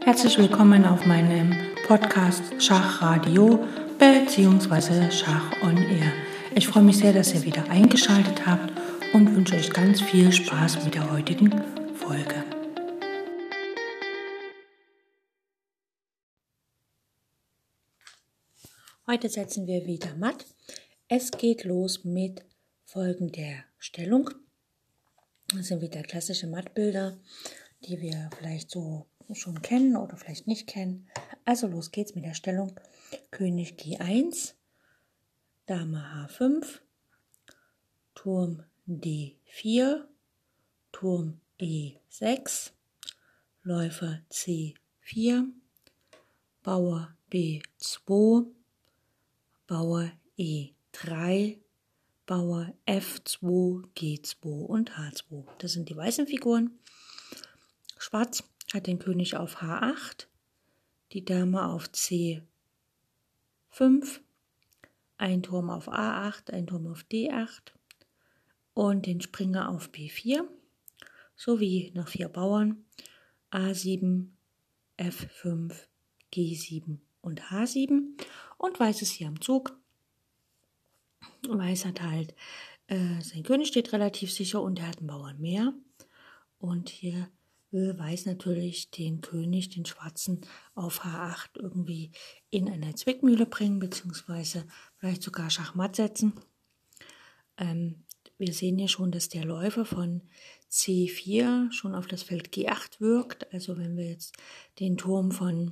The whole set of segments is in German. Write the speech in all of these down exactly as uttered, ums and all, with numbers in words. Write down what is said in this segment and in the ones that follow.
Herzlich willkommen auf meinem Podcast Schachradio bzw. Schach on Air. Ich freue mich sehr, dass ihr wieder eingeschaltet habt und wünsche euch ganz viel Spaß mit der heutigen Folge. Heute setzen wir wieder matt. Es geht los mit Folgen der Stellung. Das sind wieder klassische Mattbilder, die wir vielleicht so schon kennen oder vielleicht nicht kennen. Also los geht's mit der Stellung König G eins, Dame H fünf, Turm D vier, Turm E sechs, Läufer C vier, Bauer B zwei, Bauer E drei, Bauer F zwei, G zwei und H zwei. Das sind die weißen Figuren. Schwarz hat den König auf H acht, die Dame auf C fünf, ein Turm auf A acht, ein Turm auf D acht und den Springer auf B vier, sowie noch vier Bauern A sieben, F fünf, G sieben und H sieben. Und Weiß ist hier am Zug. Weiß hat halt, äh, sein König steht relativ sicher und er hat einen Bauern mehr. Und hier will Weiß natürlich den König, den Schwarzen, auf H acht irgendwie in eine Zwickmühle bringen, beziehungsweise vielleicht sogar Schachmatt setzen. Ähm, wir sehen ja schon, dass der Läufer von C vier schon auf das Feld G acht wirkt. Also wenn wir jetzt den Turm von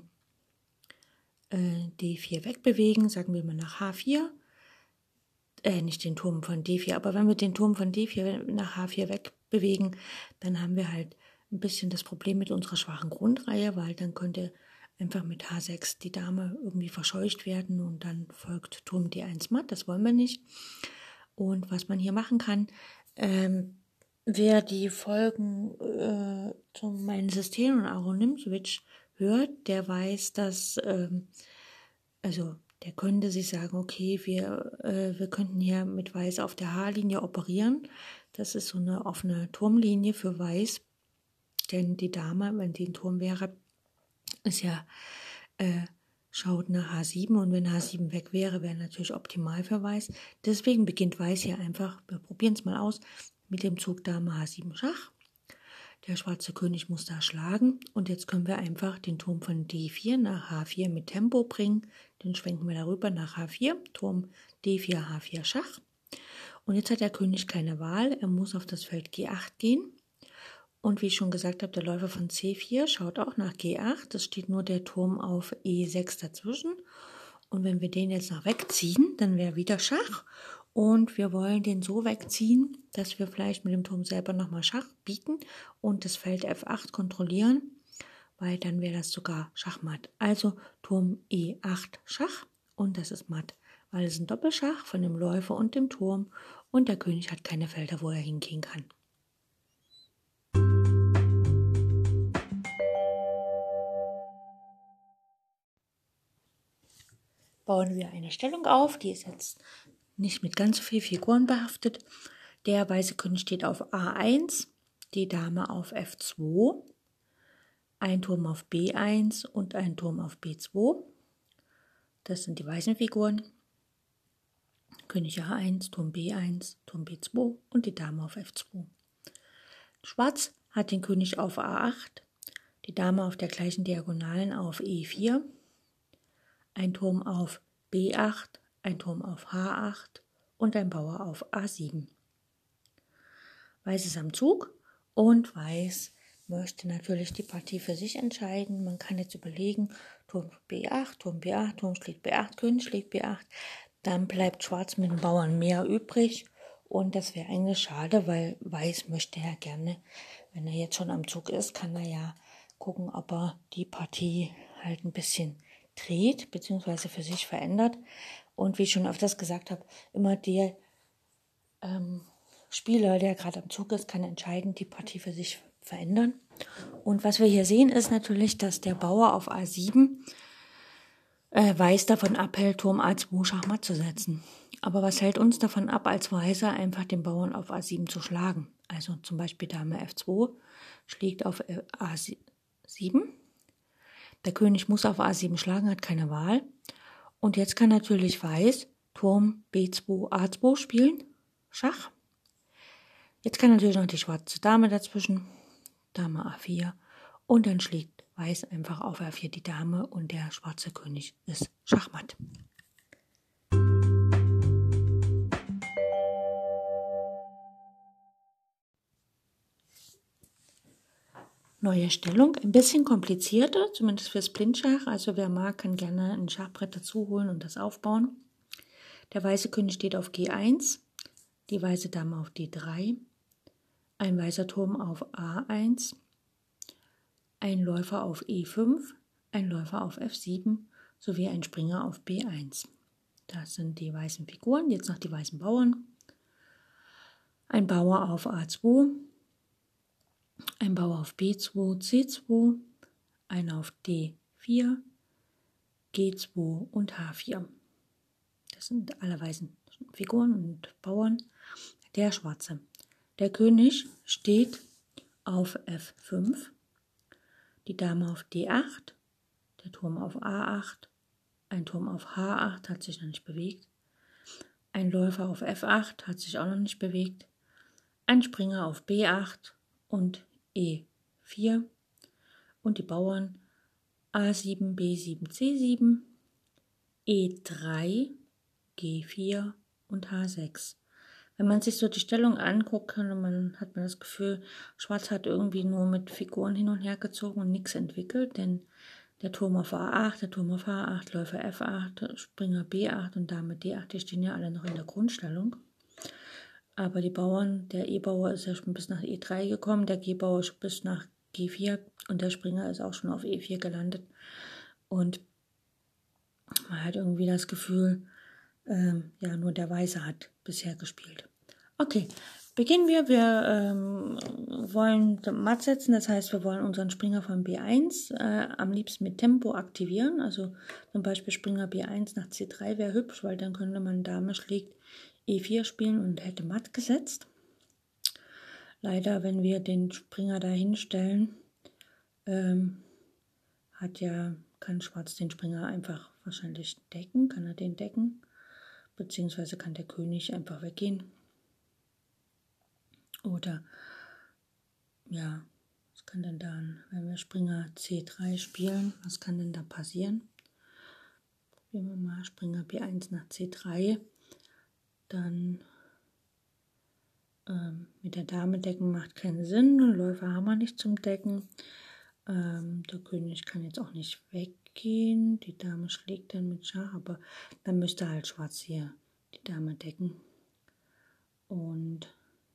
äh, D vier wegbewegen, sagen wir mal nach H vier, äh, nicht den Turm von D vier, aber wenn wir den Turm von D vier nach H vier wegbewegen, dann haben wir halt ein bisschen das Problem mit unserer schwachen Grundreihe, weil dann könnte einfach mit H sechs die Dame irgendwie verscheucht werden und dann folgt Turm D eins matt, das wollen wir nicht. Und was man hier machen kann, ähm, wer die Folgen äh, zu meinem System und Aaron Nimzowitsch hört, der weiß, dass, ähm, also der könnte sich sagen, okay, wir, äh, wir könnten hier mit Weiß auf der H-Linie operieren. Das ist so eine offene Turmlinie für Weiß. Denn die Dame, wenn die ein Turm wäre, ist ja, äh, schaut nach H sieben und wenn H sieben weg wäre, wäre natürlich optimal für Weiß. Deswegen beginnt Weiß hier einfach, wir probieren es mal aus, mit dem Zug Dame H sieben Schach. Der schwarze König muss da schlagen und jetzt können wir einfach den Turm von D vier nach H vier mit Tempo bringen. Den schwenken wir darüber nach H vier, Turm D vier, H vier Schach. Und jetzt hat der König keine Wahl, er muss auf das Feld G acht gehen. Und wie ich schon gesagt habe, der Läufer von C vier schaut auch nach G acht. Es steht nur der Turm auf E sechs dazwischen. Und wenn wir den jetzt noch wegziehen, dann wäre wieder Schach. Und wir wollen den so wegziehen, dass wir vielleicht mit dem Turm selber nochmal Schach bieten und das Feld F acht kontrollieren, weil dann wäre das sogar Schachmatt. Also Turm E acht Schach und das ist matt, weil es ein Doppelschach von dem Läufer und dem Turm und der König hat keine Felder, wo er hingehen kann. Bauen wir eine Stellung auf, die ist jetzt nicht mit ganz so viel Figuren behaftet. Der weiße König steht auf A eins, die Dame auf F zwei, ein Turm auf B eins und ein Turm auf B zwei. Das sind die weißen Figuren. König A eins, Turm B eins, Turm B zwei und die Dame auf F zwei. Schwarz hat den König auf A acht, die Dame auf der gleichen Diagonalen auf E vier, ein Turm auf B acht, ein Turm auf H acht und ein Bauer auf A sieben. Weiß ist am Zug und Weiß möchte natürlich die Partie für sich entscheiden. Man kann jetzt überlegen, Turm B acht, Turm B acht, Turm schlägt B acht, König schlägt B acht. Dann bleibt Schwarz mit den Bauern mehr übrig und das wäre eigentlich schade, weil Weiß möchte ja gerne, wenn er jetzt schon am Zug ist, kann er ja gucken, ob er die Partie halt ein bisschen dreht bzw. für sich verändert. Und wie ich schon öfters gesagt habe, immer der ähm, Spieler, der gerade am Zug ist, kann entscheiden, die Partie für sich verändern. Und was wir hier sehen, ist natürlich, dass der Bauer auf A sieben äh, Weiß davon abhält, Turm A zwei Schachmatt zu setzen. Aber was hält uns davon ab, als Weißer einfach den Bauern auf A sieben zu schlagen? Also zum Beispiel Dame F zwei schlägt auf A sieben. Der König muss auf A sieben schlagen, hat keine Wahl. Und jetzt kann natürlich Weiß Turm B zwei, A zwei spielen, Schach. Jetzt kann natürlich noch die schwarze Dame dazwischen, Dame A vier. Und dann schlägt Weiß einfach auf A vier die Dame und der schwarze König ist schachmatt. Neue Stellung, ein bisschen komplizierter, zumindest fürs Blindschach. Also wer mag, kann gerne ein Schachbrett dazu holen und das aufbauen. Der weiße König steht auf G eins, die weiße Dame auf D drei, ein weißer Turm auf A eins, ein Läufer auf E fünf, ein Läufer auf F sieben sowie ein Springer auf B eins. Das sind die weißen Figuren, jetzt noch die weißen Bauern. Ein Bauer auf A zwei, ein Bauer auf B zwei, C zwei, einer auf D vier, G zwei und H vier. Das sind alle weißen Figuren und Bauern. Der schwarze. Der König steht auf F fünf, die Dame auf D acht, der Turm auf A acht, ein Turm auf H acht hat sich noch nicht bewegt, ein Läufer auf F acht hat sich auch noch nicht bewegt, ein Springer auf B acht und E vier und die Bauern A sieben, B sieben, C sieben, E drei, G vier und H sechs. Wenn man sich so die Stellung anguckt, kann man, hat man das Gefühl, Schwarz hat irgendwie nur mit Figuren hin und her gezogen und nichts entwickelt, denn der Turm auf A acht, der Turm auf H acht, Läufer F acht, Springer B acht und Dame D acht, die stehen ja alle noch in der Grundstellung. Aber die Bauern, der E-Bauer ist ja schon bis nach E drei gekommen, der G-Bauer ist bis nach G vier und der Springer ist auch schon auf E vier gelandet. Und man hat irgendwie das Gefühl, ähm, ja, nur der Weiße hat bisher gespielt. Okay, beginnen wir. Wir ähm, wollen matt setzen, das heißt, wir wollen unseren Springer von B eins äh, am liebsten mit Tempo aktivieren. Also zum Beispiel Springer B eins nach C drei wäre hübsch, weil dann könnte man Dame schlägt E vier spielen und hätte matt gesetzt. Leider, wenn wir den Springer da hinstellen, ähm, hat ja, kann Schwarz den Springer einfach wahrscheinlich decken, kann er den decken, beziehungsweise kann der König einfach weggehen. Oder, ja, was kann denn da, wenn wir Springer C drei spielen, was kann denn da passieren? Probieren wir mal Springer B eins nach C drei, dann ähm, mit der Dame decken macht keinen Sinn, Läufer haben wir nicht zum Decken. Ähm, der König kann jetzt auch nicht weggehen, die Dame schlägt dann mit Schach, aber dann müsste halt Schwarz hier die Dame decken. Und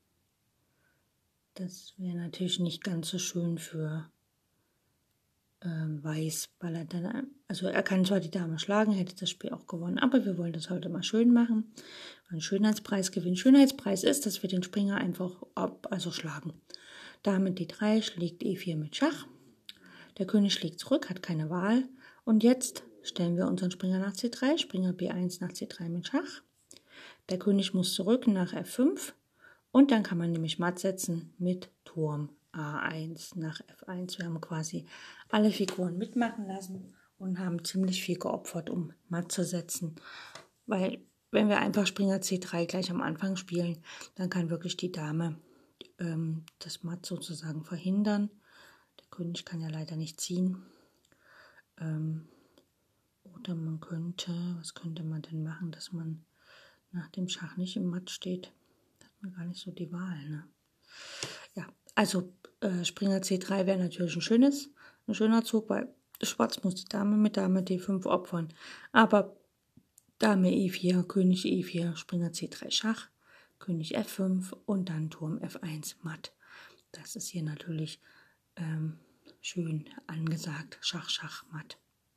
das wäre natürlich nicht ganz so schön für ähm, Weiß, weil er dann, also er kann zwar die Dame schlagen, hätte das Spiel auch gewonnen, aber wir wollen das heute mal schön machen. Ein Schönheitspreis gewinnen. Schönheitspreis ist, dass wir den Springer einfach ab, also schlagen. Dame D drei schlägt E vier mit Schach. Der König schlägt zurück, hat keine Wahl. Und jetzt stellen wir unseren Springer nach C drei, Springer B eins nach C drei mit Schach. Der König muss zurück nach F fünf und dann kann man nämlich matt setzen mit Turm A eins nach F eins. Wir haben quasi alle Figuren mitmachen lassen und haben ziemlich viel geopfert, um matt zu setzen. Weil wenn wir einfach Springer C drei gleich am Anfang spielen, dann kann wirklich die Dame ähm, das Matt sozusagen verhindern. Der König kann ja leider nicht ziehen. Ähm, oder man könnte, was könnte man denn machen, dass man nach dem Schach nicht im Matt steht? Da hat man gar nicht so die Wahl, ne? Ja, also äh, Springer C drei wäre natürlich ein schönes, ein schöner Zug, weil Schwarz muss die Dame mit Dame D fünf opfern. Aber Dame E vier, König E vier, Springer C drei Schach, König F fünf und dann Turm F eins matt. Das ist hier natürlich ähm, schön angesagt. Schach, Schach, matt.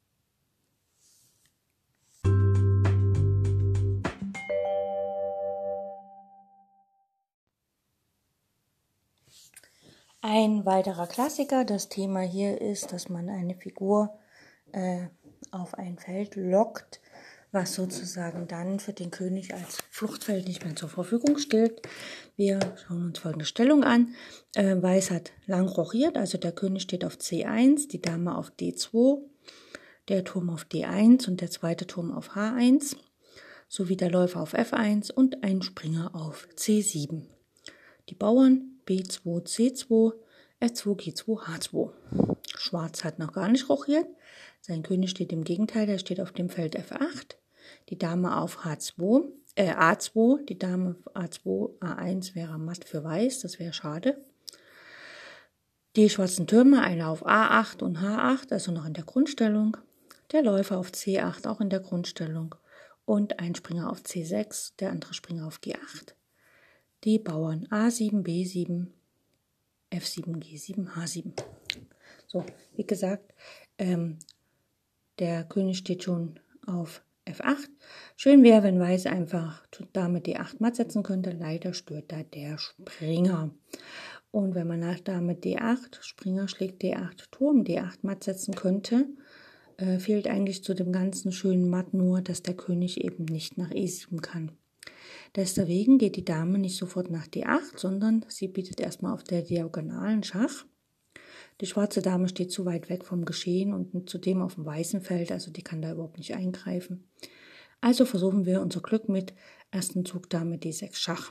Ein weiterer Klassiker, das Thema hier ist, dass man eine Figur äh, auf ein Feld lockt, was sozusagen dann für den König als Fluchtfeld nicht mehr zur Verfügung steht. Wir schauen uns folgende Stellung an. Äh, Weiß hat lang rochiert, also der König steht auf C eins, die Dame auf D zwei, der Turm auf D eins und der zweite Turm auf H eins, sowie der Läufer auf F eins und ein Springer auf C sieben. Die Bauern B zwei, C zwei, F zwei, G zwei, H zwei. Schwarz hat noch gar nicht rochiert. Sein König steht im Gegenteil, der steht auf dem Feld F acht. Die Dame auf H zwei, äh, A zwei, die Dame auf A zwei, A eins wäre matt für Weiß, das wäre schade. Die schwarzen Türme, einer auf A acht und H acht, also noch in der Grundstellung. Der Läufer auf C acht, auch in der Grundstellung. Und ein Springer auf C sechs, der andere Springer auf G acht. Die Bauern A sieben, B sieben, F sieben, G sieben, H sieben. So, wie gesagt, ähm, der König steht schon auf F acht. Schön wäre, wenn Weiß einfach Dame D acht matt setzen könnte. Leider stört da der Springer. Und wenn man nach Dame D acht, Springer schlägt D acht, Turm D acht matt setzen könnte, äh, fehlt eigentlich zu dem ganzen schönen Matt nur, dass der König eben nicht nach E sieben kann. Deswegen geht die Dame nicht sofort nach D acht, sondern sie bietet erstmal auf der Diagonalen Schach. Die schwarze Dame steht zu weit weg vom Geschehen und zudem auf dem weißen Feld, also die kann da überhaupt nicht eingreifen. Also versuchen wir unser Glück mit ersten Zug Dame D sechs Schach.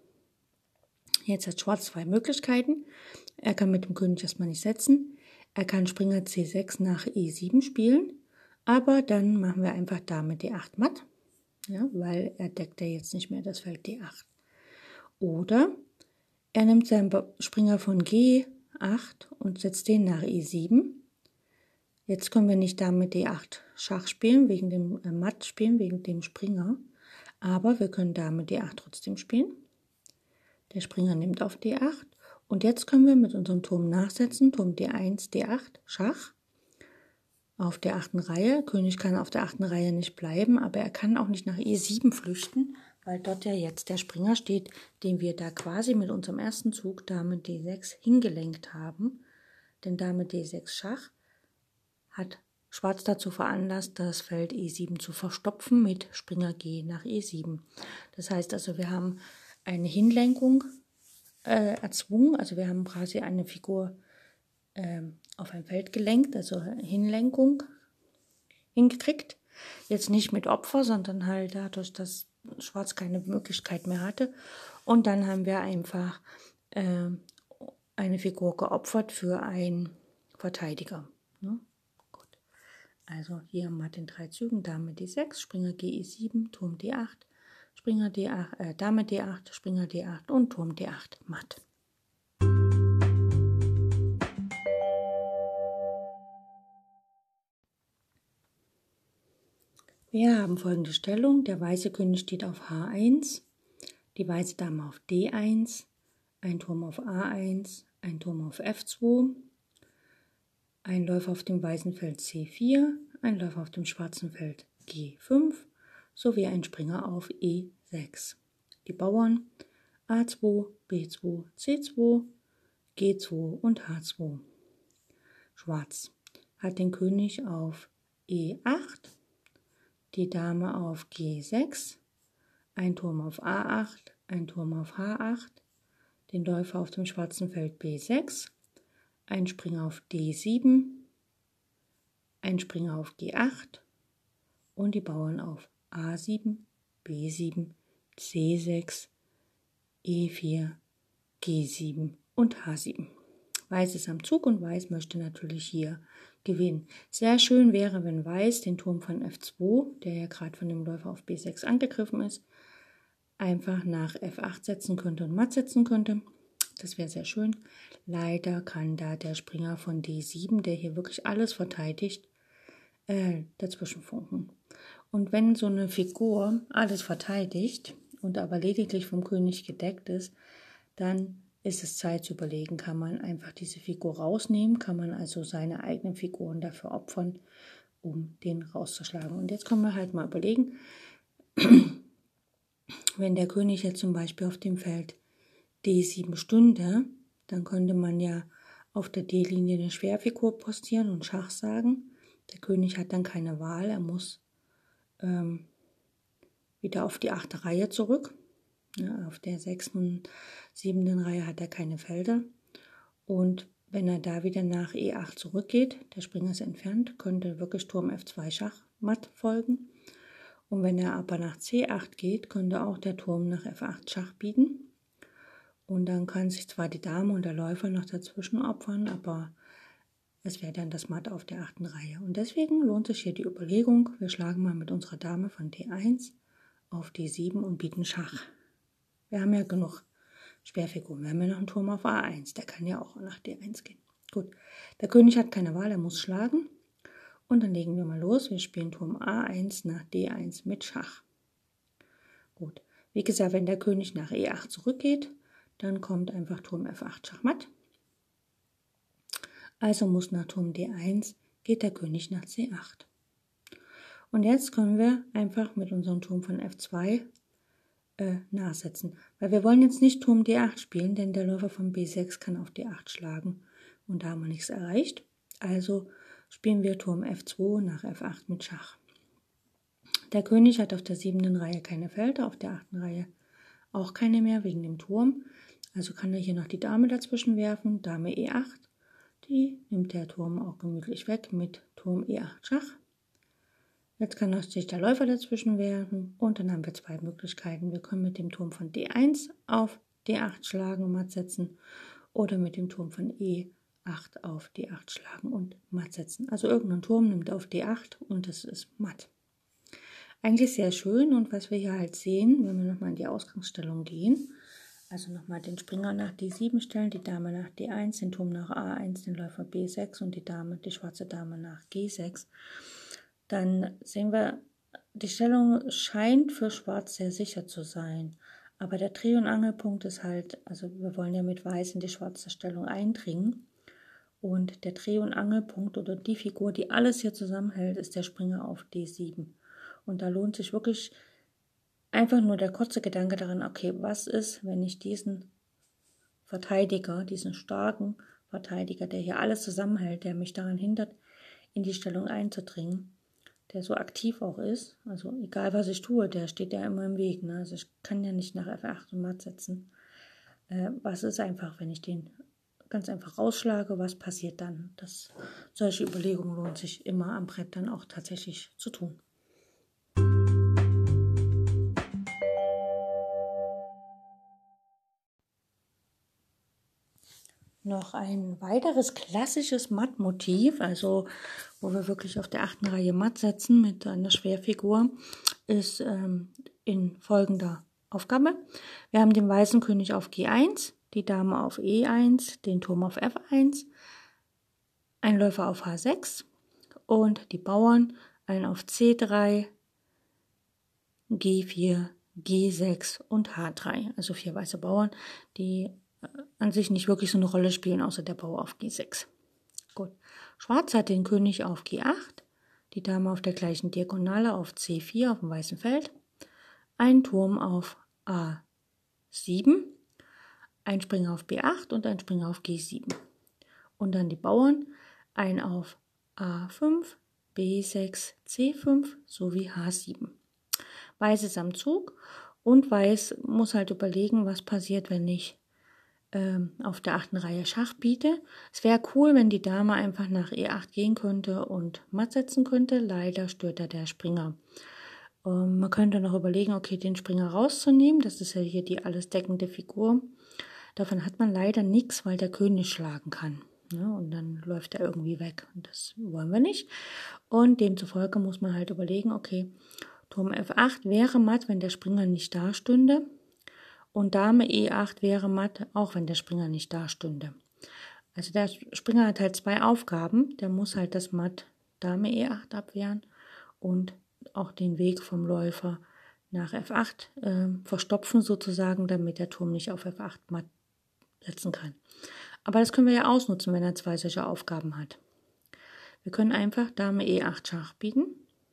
Jetzt hat Schwarz zwei Möglichkeiten. Er kann mit dem König erstmal nicht setzen. Er kann Springer C sechs nach E sieben spielen, aber dann machen wir einfach Dame D acht matt. Ja, weil er deckt ja jetzt nicht mehr das Feld D acht. Oder er nimmt seinen Springer von G acht und setzt den nach E sieben. Jetzt können wir nicht Dame D acht Schach spielen, wegen dem äh, Matt spielen, wegen dem Springer. Aber wir können Dame D acht trotzdem spielen. Der Springer nimmt auf D acht. Und jetzt können wir mit unserem Turm nachsetzen. Turm D eins, D acht, Schach. Auf der achten Reihe. König kann auf der achten Reihe nicht bleiben, aber er kann auch nicht nach E sieben flüchten, weil dort ja jetzt der Springer steht, den wir da quasi mit unserem ersten Zug Dame D sechs hingelenkt haben. Denn Dame D sechs Schach hat Schwarz dazu veranlasst, das Feld E sieben zu verstopfen mit Springer G nach E sieben. Das heißt also, wir haben eine Hinlenkung äh, erzwungen, also wir haben quasi eine Figur ähm, auf ein Feld gelenkt, also Hinlenkung hingekriegt. Jetzt nicht mit Opfer, sondern halt dadurch, dass Schwarz keine Möglichkeit mehr hatte. Und dann haben wir einfach äh, eine Figur geopfert für einen Verteidiger. Ne? Gut. Also hier matt in drei Zügen, Dame D sechs, Springer G E sieben, Turm D acht, Springer D acht, äh, Dame D acht, Springer D acht und Turm D acht matt. Wir haben folgende Stellung. Der weiße König steht auf H eins, die weiße Dame auf D eins, ein Turm auf A eins, ein Turm auf F zwei, ein Läufer auf dem weißen Feld C vier, ein Läufer auf dem schwarzen Feld G fünf sowie ein Springer auf E sechs. Die Bauern A zwei, B zwei, C zwei, G zwei und H zwei. Schwarz hat den König auf E acht, die Dame auf G sechs, ein Turm auf A acht, ein Turm auf H acht, den Läufer auf dem schwarzen Feld B sechs, ein Springer auf D sieben, ein Springer auf G acht und die Bauern auf A sieben, B sieben, C sechs, E vier, G sieben und H sieben. Weiß ist am Zug und Weiß möchte natürlich hier gewinnen. Sehr schön wäre, wenn Weiß den Turm von F zwei, der ja gerade von dem Läufer auf B sechs angegriffen ist, einfach nach F acht setzen könnte und matt setzen könnte. Das wäre sehr schön. Leider kann da der Springer von D sieben, der hier wirklich alles verteidigt, äh, dazwischen funken. Und wenn so eine Figur alles verteidigt und aber lediglich vom König gedeckt ist, dann ist es Zeit zu überlegen, kann man einfach diese Figur rausnehmen, kann man also seine eigenen Figuren dafür opfern, um den rauszuschlagen. Und jetzt können wir halt mal überlegen, wenn der König jetzt zum Beispiel auf dem Feld D sieben stünde, dann könnte man ja auf der D-Linie eine Schwerfigur postieren und Schach sagen. Der König hat dann keine Wahl, er muss ähm, wieder auf die achte Reihe zurück. Ja, auf der sechsten und siebten Reihe hat er keine Felder. Und wenn er da wieder nach E acht zurückgeht, der Springer ist entfernt, könnte wirklich Turm F zwei Schach matt folgen. Und wenn er aber nach C acht geht, könnte auch der Turm nach F acht Schach bieten. Und dann kann sich zwar die Dame und der Läufer noch dazwischen opfern, aber es wäre dann das Matt auf der achten Reihe. Und deswegen lohnt sich hier die Überlegung, wir schlagen mal mit unserer Dame von D eins auf D sieben und bieten Schach. Wir haben ja genug Sperrfiguren. Wir haben ja noch einen Turm auf A eins, der kann ja auch nach D eins gehen. Gut, der König hat keine Wahl, er muss schlagen. Und dann legen wir mal los. Wir spielen Turm A eins nach D eins mit Schach. Gut, wie gesagt, wenn der König nach E acht zurückgeht, dann kommt einfach Turm F acht Schachmatt. Also muss nach Turm D eins geht der König nach C acht. Und jetzt können wir einfach mit unserem Turm von F zwei äh, nachsetzen. Weil wir wollen jetzt nicht Turm D acht spielen, denn der Läufer von B sechs kann auf D acht schlagen. Und da haben wir nichts erreicht. Also spielen wir Turm F zwei nach F acht mit Schach. Der König hat auf der siebten Reihe keine Felder, auf der achten Reihe auch keine mehr wegen dem Turm. Also kann er hier noch die Dame dazwischen werfen, Dame E acht. Die nimmt der Turm auch gemütlich weg mit Turm E acht Schach. Jetzt kann sich der Läufer dazwischen werfen und dann haben wir zwei Möglichkeiten. Wir können mit dem Turm von D eins auf D acht schlagen und matt setzen oder mit dem Turm von E acht auf D acht schlagen und matt setzen. Also irgendein Turm nimmt auf D acht und das ist matt. Eigentlich sehr schön und was wir hier halt sehen, wenn wir nochmal in die Ausgangsstellung gehen, also nochmal den Springer nach D sieben stellen, die Dame nach D eins, den Turm nach A eins, den Läufer B sechs und die Dame, die schwarze Dame nach G sechs, dann sehen wir, die Stellung scheint für Schwarz sehr sicher zu sein. Aber der Dreh- und Angelpunkt ist halt, also wir wollen ja mit Weiß in die schwarze Stellung eindringen. Und der Dreh- und Angelpunkt oder die Figur, die alles hier zusammenhält, ist der Springer auf D sieben. Und da lohnt sich wirklich einfach nur der kurze Gedanke daran, okay, was ist, wenn ich diesen Verteidiger, diesen starken Verteidiger, der hier alles zusammenhält, der mich daran hindert, in die Stellung einzudringen, der so aktiv auch ist, also egal was ich tue, der steht ja immer im Weg, ne? Also ich kann ja nicht nach F acht und matt setzen. Äh, was ist einfach, wenn ich den ganz einfach rausschlage, was passiert dann? Das, solche Überlegungen lohnt sich immer am Brett dann auch tatsächlich zu tun. Noch ein weiteres klassisches Mattmotiv, also wo wir wirklich auf der achten Reihe matt setzen mit einer Schwerfigur, ist ähm, in folgender Aufgabe. Wir haben den weißen König auf G eins, die Dame auf E eins, den Turm auf F eins, ein Läufer auf H sechs und die Bauern, einen auf C drei, G vier, G sechs und H drei. Also vier weiße Bauern, die an sich nicht wirklich so eine Rolle spielen, außer der Bauer auf G sechs. Gut. Schwarz hat den König auf G acht, die Dame auf der gleichen Diagonale auf C vier auf dem weißen Feld, ein Turm auf A sieben, ein Springer auf B acht und ein Springer auf G sieben. Und dann die Bauern, ein auf A fünf, B sechs, C fünf sowie H sieben. Weiß ist am Zug und Weiß muss halt überlegen, was passiert, wenn ich auf der achten Reihe Schach biete. Es wäre cool, wenn die Dame einfach nach E acht gehen könnte und matt setzen könnte. Leider stört da der Springer. Ähm, man könnte noch überlegen, okay, den Springer rauszunehmen. Das ist ja hier die alles deckende Figur. Davon hat man leider nichts, weil der König schlagen kann. Ja, und dann läuft er irgendwie weg. Und das wollen wir nicht. Und demzufolge muss man halt überlegen, okay, Turm F acht wäre matt, wenn der Springer nicht da stünde. Und Dame E acht wäre matt, auch wenn der Springer nicht da stünde. Also der Springer hat halt zwei Aufgaben. Der muss halt das Matt Dame E acht abwehren und auch den Weg vom Läufer nach F acht äh, verstopfen sozusagen, damit der Turm nicht auf F acht matt setzen kann. Aber das können wir ja ausnutzen, wenn er zwei solche Aufgaben hat. Wir können einfach Dame E acht Schach bieten.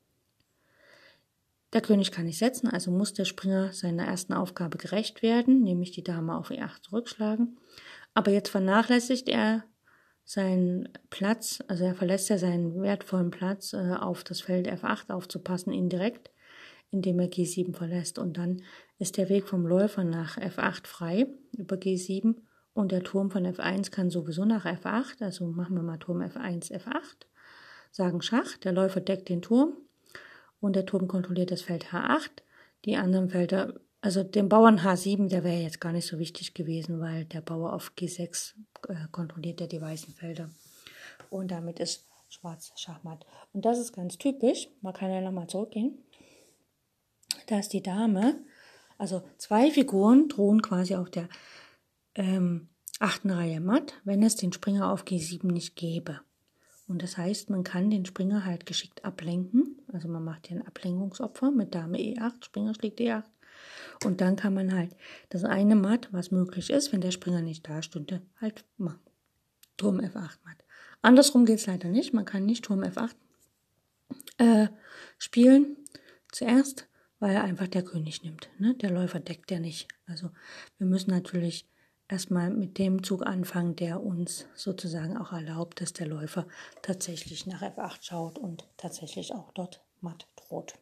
Der König kann nicht setzen, also muss der Springer seiner ersten Aufgabe gerecht werden, nämlich die Dame auf E acht zurückschlagen. Aber jetzt vernachlässigt er seinen Platz, also er verlässt ja seinen wertvollen Platz, äh, auf das Feld F acht aufzupassen, indirekt, indem er G sieben verlässt. Und dann ist der Weg vom Läufer nach F acht frei über G sieben und der Turm von F eins kann sowieso nach F acht, also machen wir mal Turm F eins, F acht, sagen Schach, der Läufer deckt den Turm und der Turm kontrolliert das Feld H acht. Die anderen Felder, also den Bauern H sieben, der wäre jetzt gar nicht so wichtig gewesen, weil der Bauer auf G sechs äh, kontrolliert ja die weißen Felder. Und damit ist Schwarz Schachmatt. Und das ist ganz typisch, man kann ja nochmal zurückgehen, dass die Dame, also zwei Figuren drohen quasi auf der ähm, achten Reihe matt, wenn es den Springer auf G sieben nicht gäbe. Und das heißt, man kann den Springer halt geschickt ablenken. Also man macht hier ein Ablenkungsopfer mit Dame E acht, Springer schlägt E acht. Und dann kann man halt das eine Matt, was möglich ist, wenn der Springer nicht da stünde, halt machen. Turm F acht Matt. Andersrum geht es leider nicht. Man kann nicht Turm F acht äh, spielen zuerst, weil er einfach der König nimmt. Ne? Der Läufer deckt ja nicht. Also wir müssen natürlich erstmal mit dem Zug anfangen, der uns sozusagen auch erlaubt, dass der Läufer tatsächlich nach F acht schaut und tatsächlich auch dort matt droht.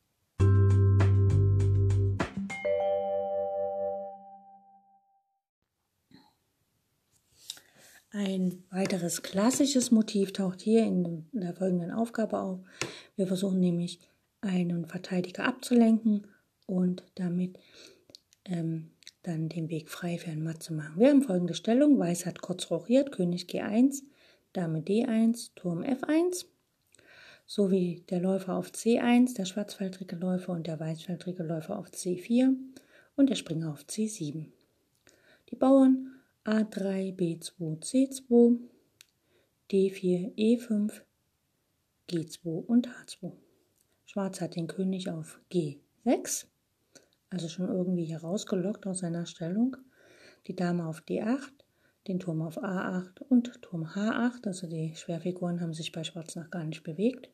Ein weiteres klassisches Motiv taucht hier in der folgenden Aufgabe auf. Wir versuchen nämlich, einen Verteidiger abzulenken und damit ähm, dann den Weg frei für ein Matt zu machen. Wir haben folgende Stellung. Weiß hat kurz rochiert, König G eins, Dame D eins, Turm F eins, sowie der Läufer auf C eins, der schwarzfeldrige Läufer und der weißfeldrige Läufer auf C vier und der Springer auf C sieben. Die Bauern A drei, B zwei, C zwei, D vier, E fünf, G zwei und H zwei. Schwarz hat den König auf G sechs, also schon irgendwie hier rausgelockt aus seiner Stellung. Die Dame auf D acht, den Turm auf A acht und Turm H acht, also die Schwerfiguren haben sich bei Schwarz noch gar nicht bewegt.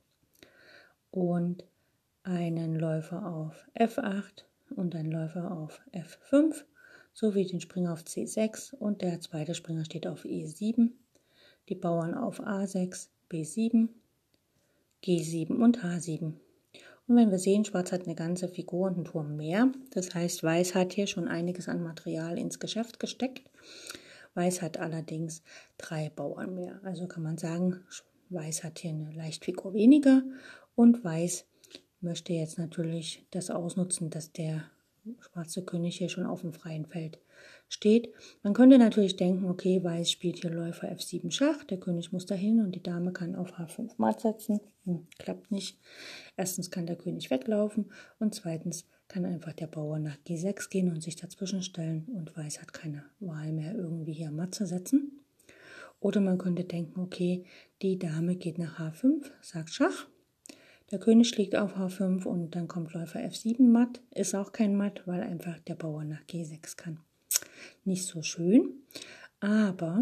Und einen Läufer auf F acht und einen Läufer auf F fünf, sowie den Springer auf C sechs und der zweite Springer steht auf E sieben. Die Bauern auf A sechs, B sieben, G sieben und H sieben. Und wenn wir sehen, Schwarz hat eine ganze Figur und einen Turm mehr. Das heißt, Weiß hat hier schon einiges an Material ins Geschäft gesteckt. Weiß hat allerdings drei Bauern mehr. Also kann man sagen, Weiß hat hier eine Leichtfigur weniger. Und Weiß möchte jetzt natürlich das ausnutzen, dass der schwarze König hier schon auf dem freien Feld steht. Man könnte natürlich denken, okay, Weiß spielt hier Läufer F sieben Schach, der König muss dahin und die Dame kann auf H fünf Matt setzen. Hm, klappt nicht. Erstens kann der König weglaufen und zweitens kann einfach der Bauer nach G sechs gehen und sich dazwischen stellen und Weiß hat keine Wahl mehr, irgendwie hier Matt zu setzen. Oder man könnte denken, okay, die Dame geht nach H fünf, sagt Schach. Der König schlägt auf H fünf und dann kommt Läufer F sieben Matt. Ist auch kein Matt, weil einfach der Bauer nach G sechs kann. Nicht so schön, aber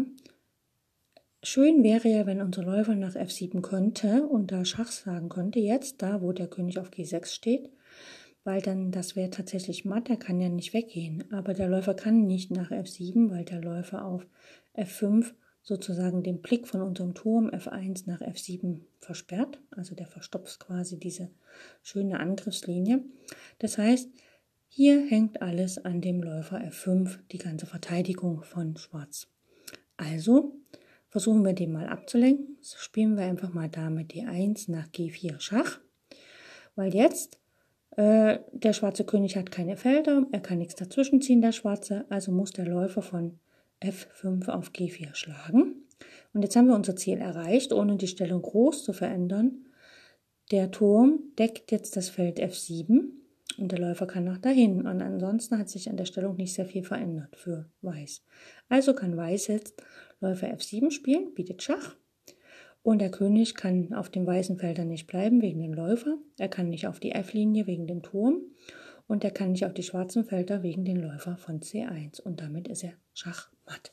schön wäre ja, wenn unser Läufer nach F sieben könnte und da Schach sagen könnte, jetzt da, wo der König auf G sechs steht, weil dann das wäre tatsächlich Matt, der kann ja nicht weggehen. Aber der Läufer kann nicht nach F sieben, weil der Läufer auf F fünf sozusagen den Blick von unserem Turm F eins nach F sieben versperrt. Also der verstopft quasi diese schöne Angriffslinie. Das heißt, hier hängt alles an dem Läufer F fünf, die ganze Verteidigung von Schwarz. Also versuchen wir den mal abzulenken. So spielen wir einfach mal Dame D eins nach G vier Schach. Weil jetzt äh, der schwarze König hat keine Felder, er kann nichts dazwischen ziehen, der Schwarze. Also muss der Läufer von F fünf auf G vier schlagen. Und jetzt haben wir unser Ziel erreicht, ohne die Stellung groß zu verändern. Der Turm deckt jetzt das Feld F sieben und der Läufer kann nach dahin. Und ansonsten hat sich an der Stellung nicht sehr viel verändert für Weiß. Also kann Weiß jetzt Läufer F sieben spielen, bietet Schach. Und der König kann auf den weißen Feldern nicht bleiben wegen dem Läufer. Er kann nicht auf die F-Linie wegen dem Turm. Und er kann nicht auf die schwarzen Felder wegen dem Läufer von C eins. Und damit ist er schachmatt.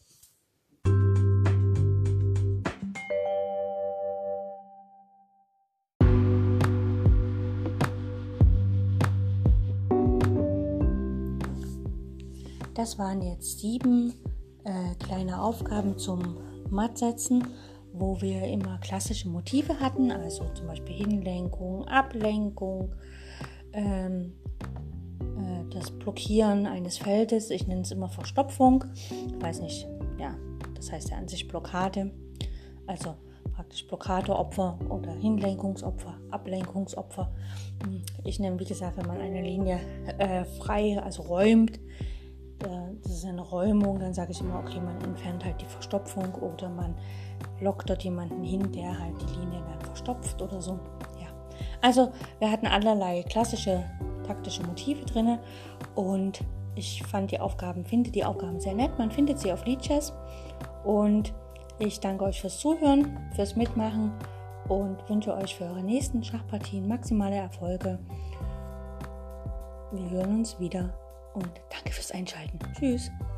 Das waren jetzt sieben äh, kleine Aufgaben zum Mattsetzen, wo wir immer klassische Motive hatten, also zum Beispiel Hinlenkung, Ablenkung, ähm, äh, das Blockieren eines Feldes, ich nenne es immer Verstopfung. Ich weiß nicht, ja, das heißt ja an sich Blockade, also praktisch Blockadeopfer oder Hinlenkungsopfer, Ablenkungsopfer. Ich nenne, wie gesagt, wenn man eine Linie äh, frei, also räumt, äh, das ist eine Räumung, dann sage ich immer, okay, man entfernt halt die Verstopfung oder man lockt dort jemanden hin, der halt die Linie dann verstopft oder so. Ja. Also wir hatten allerlei klassische taktische Motive drin und ich fand die Aufgaben, finde die Aufgaben sehr nett. Man findet sie auf Lichess und ich danke euch fürs Zuhören, fürs Mitmachen und wünsche euch für eure nächsten Schachpartien maximale Erfolge. Wir hören uns wieder und danke fürs Einschalten. Tschüss!